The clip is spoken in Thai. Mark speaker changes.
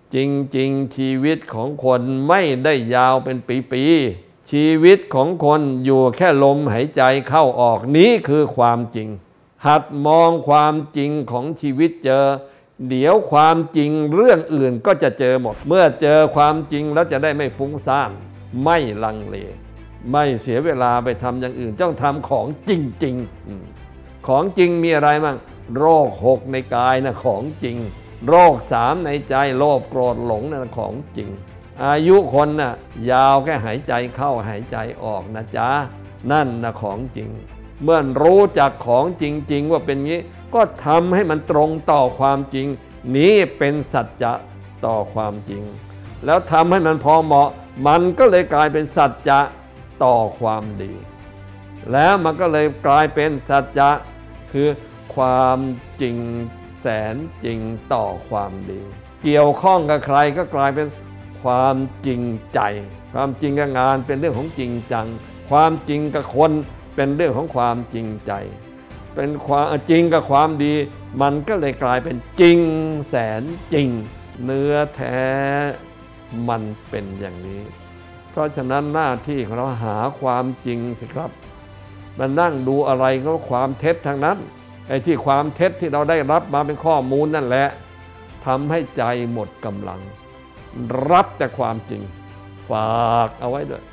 Speaker 1: จริงๆชีวิตของคนไม่ได้ยาวเป็นปีๆชีวิตของคนอยู่แค่ลมหายใจเข้าออกนี้คือความจริงหัดมองความจริงของชีวิตเจอเดี๋ยวความจริงเรื่องอื่นก็จะเจอหมดเมื่อเจอความจริงแล้วจะได้ไม่ฟุ้งซ่านไม่ลังเลไม่เสียเวลาไปทำอย่างอื่นต้องทำของจริงๆของจริงมีอะไรบ้างโรค6ในกายนะของจริงโรค3ในใจโลภโกรธหลงนะของจริงอายุคนน่ะยาวแค่หายใจเข้าหายใจออกนะจ๊ะนั่นนะของจริงเมื่อรู้จักของจริงๆว่าเป็นงี้ก็ทำให้มันตรงต่อความจริงนี้เป็นสัจจะต่อความจริงแล้วทำให้มันพอเหมาะมันก็เลยกลายเป็นสัจจะต่อความดีแล้วมันก็เลยกลายเป็นสัจจะคือความจริงแสนจริงต่อความดีเกี่ยวข้องกับใครก็กลายเป็นความจริงใจความจริงกับงานเป็นเรื่องของจริงจังความจริงกับคนเป็นเรื่องของความจริงใจเป็นความจริงกับความดีมันก็เลยกลายเป็นจริงแสนจริงเนื้อแท้มันเป็นอย่างนี้เพราะฉะนั้นหน้าที่ของเราหาความจริงสิครับมานั่งดูอะไรก็ความเท็จทางนั้นไอ้ที่ความเท็จที่เราได้รับมาเป็นข้อมูลนั่นแหละทำให้ใจหมดกำลังรับแต่ความจริงฝากเอาไว้ด้วย